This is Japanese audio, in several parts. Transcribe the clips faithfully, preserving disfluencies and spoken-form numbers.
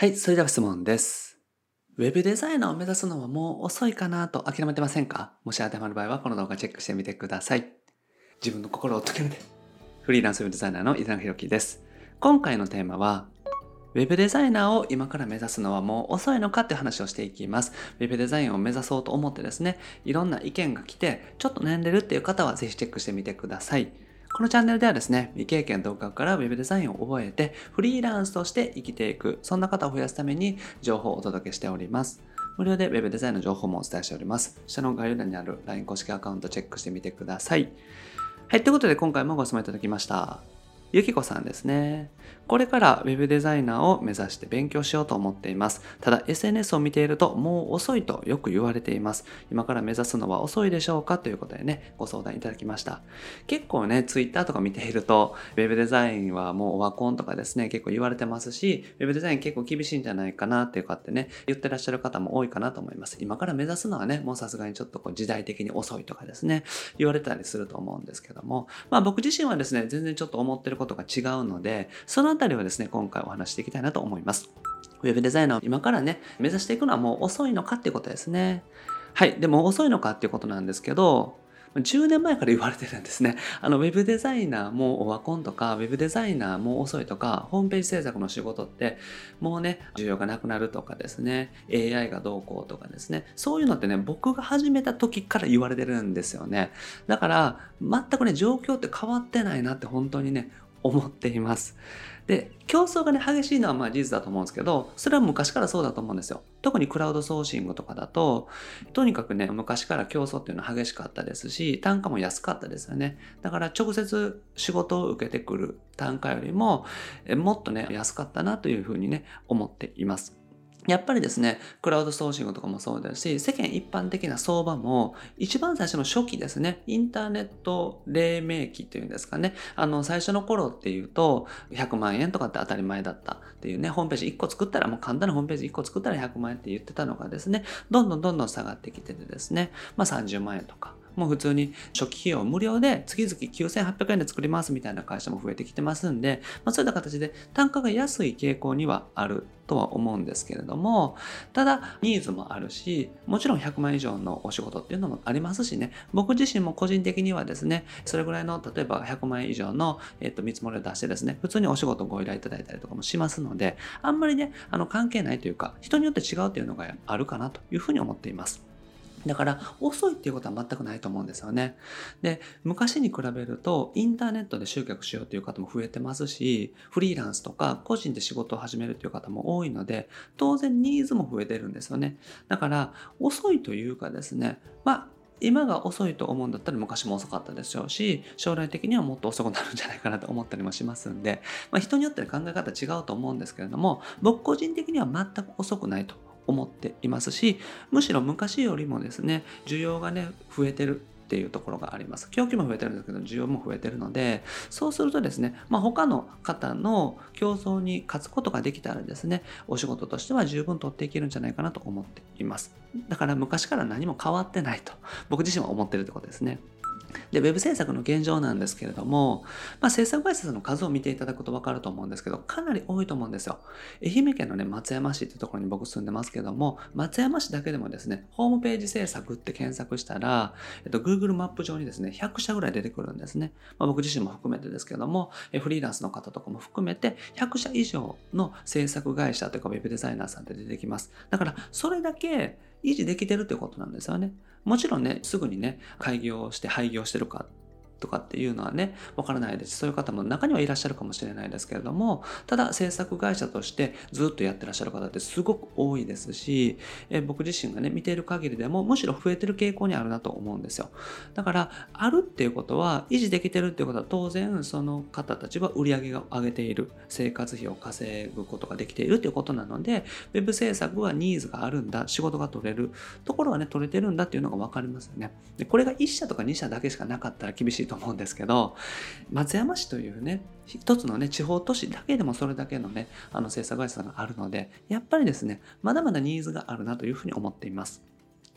はい、それでは質問です。ウェブデザイナーを目指すのはもう遅いかなと諦めてませんか？もし当てはまる場合はこの動画チェックしてみてください。自分の心を解けるで。フリーランスウェブデザイナーの井田弘樹です。今回のテーマは、ウェブデザイナーを今から目指すのはもう遅いのかっていう話をしていきます。ウェブデザインを目指そうと思ってですね、いろんな意見が来て、ちょっと悩んでるっていう方はぜひチェックしてみてください。このチャンネルではですね、未経験動画からウェブデザインを覚えて、フリーランスとして生きていく、そんな方を増やすために情報をお届けしております。無料でウェブデザインの情報もお伝えしております。下の概要欄にある ライン 公式アカウントチェックしてみてください。はい、ということで今回もご質問いただきました。ゆきこさんですね。これからウェブデザイナーを目指して勉強しようと思っています。ただ エスエヌエス を見ているともう遅いとよく言われています。今から目指すのは遅いでしょうかということでね、ご相談いただきました。結構ね、ツイッターとか見ていると、ウェブデザインはもうオワコンとかですね、結構言われてますし、ウェブデザイン結構厳しいんじゃないかなっていうかってね、言ってらっしゃる方も多いかなと思います。今から目指すのはね、もうさすがにちょっとこう時代的に遅いとかですね、言われたりすると思うんですけども、まあ僕自身はですね、全然ちょっと思ってることが違うので、そのあたりはですね、今回お話していきたいなと思います。ウェブデザイナーを今からね、目指していくのはもう遅いのかっていうことですね。はい。でも遅いのかっていうことなんですけど、じゅうねんまえから言われてるんですね。あの、ウェブデザイナーもオワコンとか、ウェブデザイナーも遅いとか、ホームページ制作の仕事って、もうね、需要がなくなるとかですね、エーアイ がどうこうとかですね、そういうのってね、僕が始めた時から言われてるんですよね。だから、全くね、状況って変わってないなって本当にね、思っています。で、競争がね、激しいのはまあ事実だと思うんですけど、それは昔からそうだと思うんですよ。特にクラウドソーシングとかだと、とにかくね、昔から競争っていうのは激しかったですし、単価も安かったですよね。だから直接仕事を受けてくる単価よりも、えもっとね、安かったなというふうにね、思っています。やっぱりですね、クラウドソーシングとかもそうですし、世間一般的な相場も、一番最初の初期ですね、インターネット黎明期っていうんですかね、あの、最初の頃っていうと、ひゃくまんえんとかって当たり前だったっていうね、ホームページいっこ作ったら、もう簡単なホームページいっこ作ったらひゃくまんえんって言ってたのがですね、どんどんどんどん下がってきててですね、まあさんじゅうまんえんとか、もう普通に初期費用無料で月々きゅうせんはっぴゃくえんで作りますみたいな会社も増えてきてますんで、まあ、そういった形で単価が安い傾向にはあるとは思うんですけれども、ただニーズもあるし、もちろんひゃくまん以上のお仕事っていうのもありますしね、僕自身も個人的にはですね、それぐらいの例えばひゃくまん以上の、えっと、見積もりを出してですね、普通にお仕事をご依頼いただいたりとかもしますので、あんまりね、あの関係ないというか、人によって違うっていうのがあるかなというふうに思っています。だから遅いっていうことは全くないと思うんですよね。で、昔に比べるとインターネットで集客しようという方も増えてますし、フリーランスとか個人で仕事を始めるという方も多いので、当然ニーズも増えてるんですよね。だから遅いというかですね、まあ今が遅いと思うんだったら昔も遅かったでしょうし、将来的にはもっと遅くなるんじゃないかなと思ったりもしますんで、まあ、人によって考え方違うと思うんですけれども、僕個人的には全く遅くないと思っていますし、むしろ昔よりもですね、需要がね、増えてるっていうところがあります。供給も増えてるんですけど、需要も増えてるので、そうするとですね、まあ、他の方の競争に勝つことができたらですね、お仕事としては十分取っていけるんじゃないかなと思っています。だから昔から何も変わってないと、僕自身は思ってるってことですね。で、ウェブ制作の現状なんですけれども、まあ、制作会社さんの数を見ていただくと分かると思うんですけど、かなり多いと思うんですよ。愛媛県のね、松山市っていうところに僕住んでますけども、松山市だけでもですね、ホームページ制作って検索したら、えっと、Google マップ上にですね、ひゃくしゃぐらい出てくるんですね。まあ、僕自身も含めてですけども、フリーランスの方とかも含めて、ひゃくしゃ以上の制作会社というか、ウェブデザイナーさんって出てきます。だから、それだけ維持できてるってことなんですよね。もちろんね、すぐにね、開業して廃業してるかとかっていうのはね、わからないです。そういう方も中にはいらっしゃるかもしれないですけれども、ただ制作会社としてずっとやってらっしゃる方ってすごく多いですし、え僕自身がね、見ている限りでもむしろ増えてる傾向にあるなと思うんですよ。だから、あるっていうことは、維持できてるっていうことは当然その方たちは売り上げが上げている、生活費を稼ぐことができているということなので、ウェブ制作はニーズがあるんだ、仕事が取れるところはね、取れてるんだっていうのがわかりますよね。で、これがいっ社とかに社だけしかなかったら厳しいと思うんですけど、松山市というね、一つのね、地方都市だけでもそれだけのね、あの制作会社さんがあるので、やっぱりですね、まだまだニーズがあるなというふうに思っています。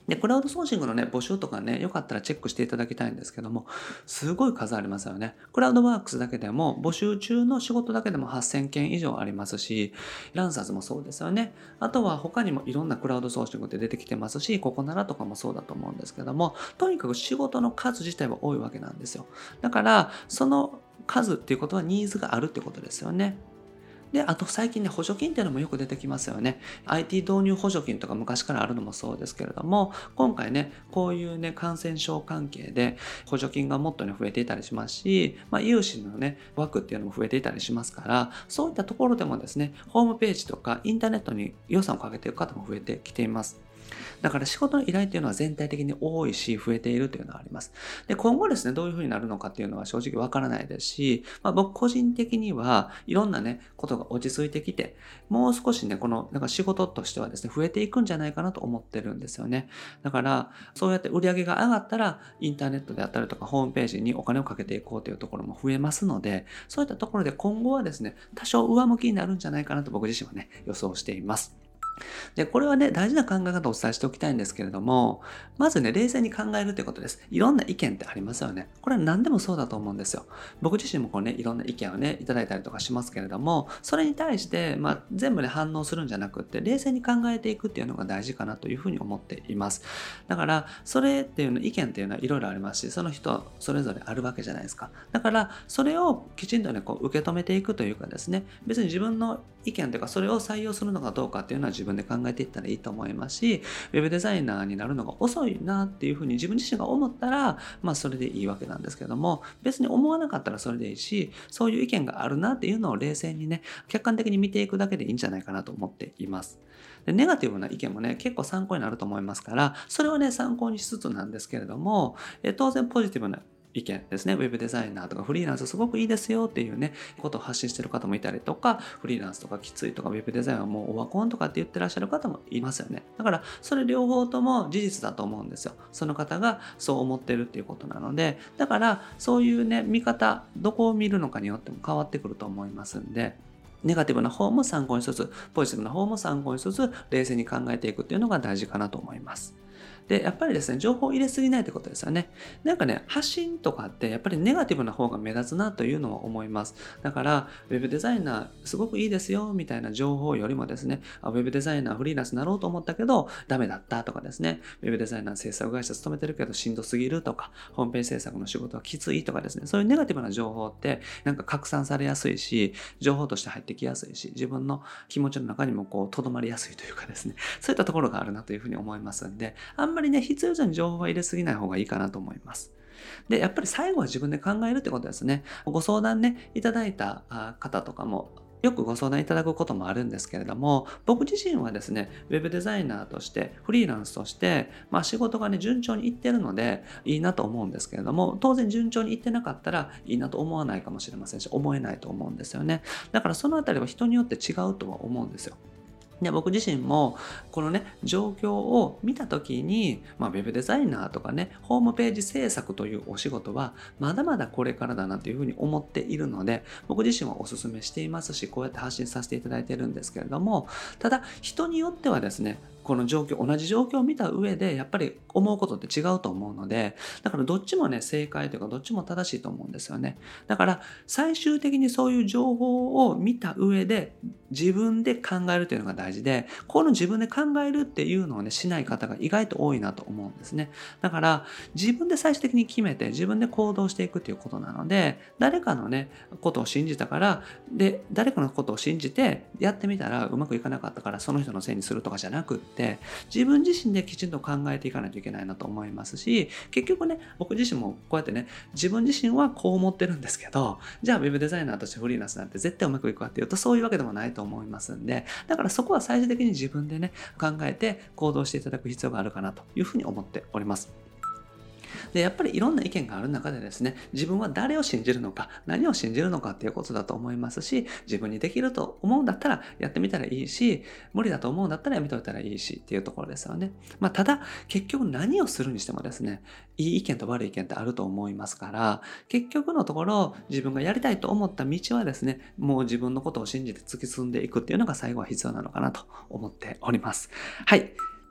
で、クラウドソーシングのね、募集とかね、よかったらチェックしていただきたいんですけども、すごい数ありますよね。クラウドワークスだけでも、募集中の仕事だけでもはっせんけん以上ありますし、ランサーズもそうですよね。あとは他にもいろんなクラウドソーシングって出てきてますし、ここならとかもそうだと思うんですけども、とにかく仕事の数自体は多いわけなんですよ。だから、その数っていうことはニーズがあるってことですよね。で、あと最近ね、補助金っていうのもよく出てきますよね。アイティー 導入補助金とか昔からあるのもそうですけれども、今回ね、こういうね、感染症関係で補助金がもっとね、増えていたりしますし、まあ、融資のね、枠っていうのも増えていたりしますから、そういったところでもですね、ホームページとかインターネットに予算をかけている方も増えてきています。だから仕事の依頼っていうのは全体的に多いし、増えているというのはあります。で、今後ですね、どういうふうになるのかっていうのは正直わからないですし、まあ、僕個人的にはいろんなね、ことが落ち着いてきて、もう少しね、この、なんか仕事としてはですね、増えていくんじゃないかなと思ってるんですよね。だから、そうやって売り上げが上がったら、インターネットであったりとか、ホームページにお金をかけていこうというところも増えますので、そういったところで今後はですね、多少上向きになるんじゃないかなと僕自身はね、予想しています。で、これはね、大事な考え方をお伝えしておきたいんですけれども、まずね、冷静に考えるってことです。いろんな意見ってありますよね。これは何でもそうだと思うんですよ。僕自身もこうね、いろんな意見をね、いただいたりとかしますけれども、それに対して、まあ、全部ね、反応するんじゃなくって、冷静に考えていくっていうのが大事かなというふうに思っています。だから、それっていうの、意見っていうのはいろいろありますし、その人それぞれあるわけじゃないですか。だから、それをきちんとね、こう受け止めていくというかですね、別に自分の意見というか、それを採用するのかどうかっていうのは自分で考えていったらいいと思いますし、ウェブデザイナーになるのが遅いなっていうふうに自分自身が思ったら、まあそれでいいわけなんですけども、別に思わなかったらそれでいいし、そういう意見があるなっていうのを冷静にね、客観的に見ていくだけでいいんじゃないかなと思っています。で、ネガティブな意見もね、結構参考になると思いますから、それをね、参考にしつつなんですけれども、え当然ポジティブな意見ですね。ウェブデザイナーとかフリーランスすごくいいですよっていうね、ことを発信してる方もいたりとか、フリーランスとかきついとか、ウェブデザインはもうオワコンとかって言ってらっしゃる方もいますよね。だから、それ両方とも事実だと思うんですよ。その方がそう思ってるっていうことなので、だから、そういうね、見方、どこを見るのかによっても変わってくると思いますんで、ネガティブな方も参考にしつつ、ポジティブな方も参考にしつつ、冷静に考えていくっていうのが大事かなと思います。で、やっぱりですね、情報を入れすぎないってことですよね。なんかね、発信とかってやっぱりネガティブな方が目立つなというのは思います。だから、ウェブデザイナーすごくいいですよみたいな情報よりもですね、あウェブデザイナーフリーランスになろうと思ったけどダメだったとかですね、ウェブデザイナー制作会社勤めてるけどしんどすぎるとか、ホームページ制作の仕事はきついとかですね、そういうネガティブな情報ってなんか拡散されやすいし、情報として入ってきやすいし、自分の気持ちの中にもこう留まりやすいというかですね、そういったところがあるなというふうに思いますんで、あんまりね、必要以上に情報は入れすぎない方がいいかなと思います。で、やっぱり最後は自分で考えるってことですね。ご相談ね、いただいた方とかも、よくご相談いただくこともあるんですけれども、僕自身はですね、ウェブデザイナーとして、フリーランスとして、まあ仕事がね、順調にいってるので、いいなと思うんですけれども、当然順調にいってなかったらいいなと思わないかもしれませんし、思えないと思うんですよね。だからそのあたりは人によって違うとは思うんですよ。で、僕自身もこのね状況を見た時に、まあ、ウェブデザイナーとかねホームページ制作というお仕事はまだまだこれからだなというふうに思っているので、僕自身はお勧めしていますし、こうやって発信させていただいているんですけれども、ただ人によってはですね、この状況、同じ状況を見た上でやっぱり思うことって違うと思うので、だからどっちもね正解というかどっちも正しいと思うんですよね。だから最終的にそういう情報を見た上で自分で考えるというのが大事で、この自分で考えるっていうのをねしない方が意外と多いなと思うんですね。だから自分で最終的に決めて自分で行動していくということなので、誰かのねことを信じたからで誰かのことを信じてやってみたらうまくいかなかったからその人のせいにするとかじゃなくって、自分自身できちんと考えていかないといけないなと思いますし、結局ね僕自身もこうやってね自分自身はこう思ってるんですけど、じゃあウェブデザイナーとしてフリーランスなんて絶対うまくいくかっていうとそういうわけでもないと思いますんで、だからそこは最終的に自分でね考えて行動していただく必要があるかなというふうに思っております。で、やっぱりいろんな意見がある中でですね、自分は誰を信じるのか、何を信じるのかっていうことだと思いますし、自分にできると思うんだったらやってみたらいいし、無理だと思うんだったらやめといたらいいしっていうところですよね。まあ、ただ、結局何をするにしてもですね、いい意見と悪い意見ってあると思いますから、結局のところ、自分がやりたいと思った道はですね、もう自分のことを信じて突き進んでいくっていうのが最後は必要なのかなと思っております。はい。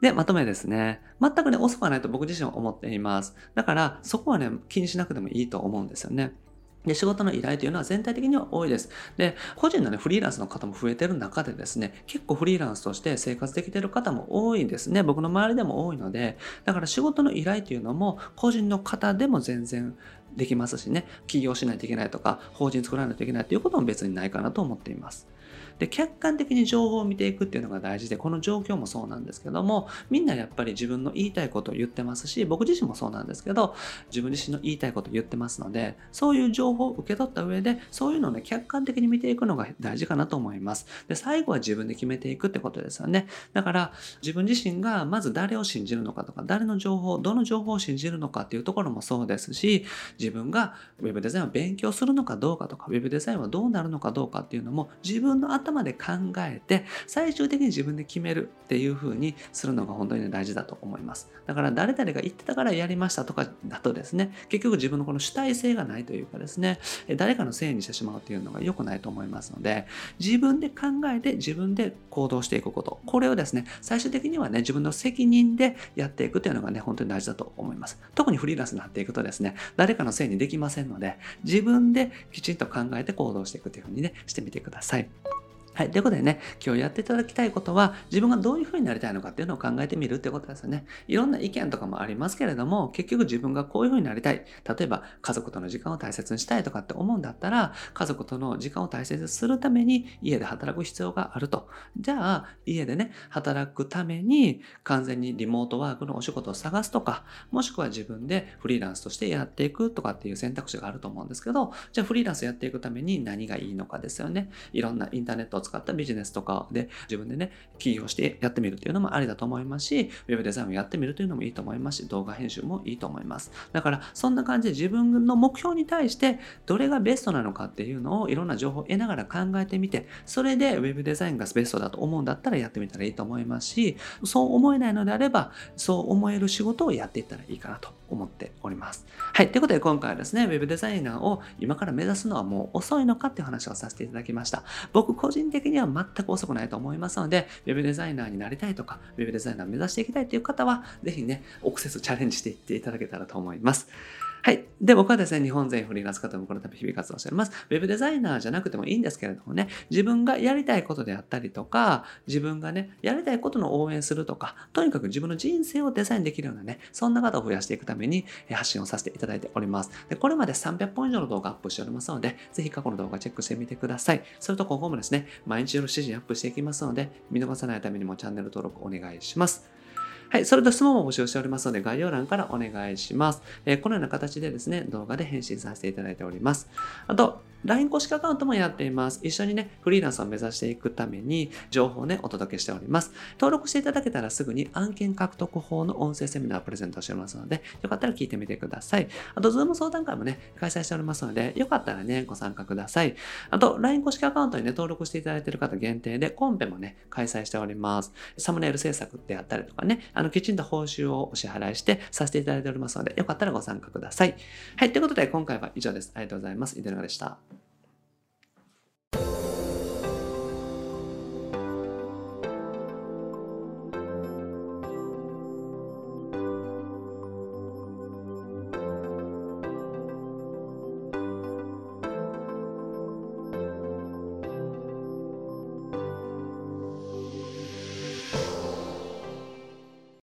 で、まとめですね。全くね、遅くはないと僕自身は思っています。だから、そこはね、気にしなくてもいいと思うんですよね。で、仕事の依頼というのは全体的には多いです。で、個人のね、フリーランスの方も増えてる中でですね、結構フリーランスとして生活できてる方も多いんですね。僕の周りでも多いので、だから仕事の依頼というのも個人の方でも全然できますしね、起業しないといけないとか、法人作らないといけないということも別にないかなと思っています。で、客観的に情報を見ていくっていうのが大事で、この状況もそうなんですけども、みんなやっぱり自分の言いたいことを言ってますし、僕自身もそうなんですけど、自分自身の言いたいことを言ってますので、そういう情報を受け取った上で、そういうのをね、客観的に見ていくのが大事かなと思います。で、最後は自分で決めていくってことですよね。だから、自分自身がまず誰を信じるのかとか、誰の情報、どの情報を信じるのかっていうところもそうですし、自分がウェブデザインを勉強するのかどうかとか、ウェブデザインはどうなるのかどうかっていうのも、自分の頭で考えて、最終的に自分で決めるっていう風にするのが本当に大事だと思います。だから誰々が言ってたからやりましたとかだとですね、結局自分のこの主体性がないというかですね、誰かのせいにしてしまうっていうのが良くないと思いますので、自分で考えて自分で行動していくこと。これをですね、最終的にはね、自分の責任でやっていくというのがね、本当に大事だと思います。特にフリーランスになっていくとですね、誰かのせいにできませんので、自分できちんと考えて行動していくというふうにね、してみてください。はい。ということでね、今日やっていただきたいことは、自分がどういう風になりたいのかっていうのを考えてみるってことですよね。いろんな意見とかもありますけれども、結局自分がこういう風になりたい。例えば、家族との時間を大切にしたいとかって思うんだったら、家族との時間を大切にするために家で働く必要があると。じゃあ、家でね、働くために完全にリモートワークのお仕事を探すとか、もしくは自分でフリーランスとしてやっていくとかっていう選択肢があると思うんですけど、じゃあフリーランスやっていくために何がいいのかですよね。いろんなインターネットを使ったビジネスとかで自分でね、起業してやってみるというのもありだと思いますし、ウェブデザインをやってみるというのもいいと思いますし、動画編集もいいと思います。だから、そんな感じで自分の目標に対してどれがベストなのかっていうのをいろんな情報を得ながら考えてみて、それでウェブデザインがベストだと思うんだったらやってみたらいいと思いますし、そう思えないのであれば、そう思える仕事をやっていったらいいかなと思っております。はい。ということで今回はですね、ウェブデザイナーを今から目指すのはもう遅いのかっていう話をさせていただきました。僕個人的には全く遅くないと思いますので、ウェブデザイナーになりたいとか、ウェブデザイナーを目指していきたいという方は、ぜひね、アクセスチャレンジしていっていただけたらと思います。はい。で、僕はですね、日本全フリーランス方もこの度日々活動しております。ウェブデザイナーじゃなくてもいいんですけれどもね、自分がやりたいことであったりとか、自分がね、やりたいことの応援するとか、とにかく自分の人生をデザインできるようなね、そんな方を増やしていくために発信をさせていただいております。で、これまでさんびゃっぽん以上の動画アップしておりますので、ぜひ過去の動画チェックしてみてください。それと今後もですね、毎日の指示アップしていきますので、見逃さないためにもチャンネル登録お願いします。はい。それと質問も募集しておりますので、概要欄からお願いします。えー、このような形でですね、動画で返信させていただいております。あと、ライン 公式アカウントもやっています。一緒にね、フリーランスを目指していくために情報をね、お届けしております。登録していただけたらすぐに案件獲得法の音声セミナーをプレゼントしておりますので、よかったら聞いてみてください。あと、Zoom 相談会もね、開催しておりますので、よかったらね、ご参加ください。あと、ライン 公式アカウントにね、登録していただいている方限定で、コンペもね、開催しております。サムネイル制作であったりとかね、あの、きちんと報酬をお支払いしてさせていただいておりますので、よかったらご参加ください。はい、ということで今回は以上です。ありがとうございます。イデルガでした。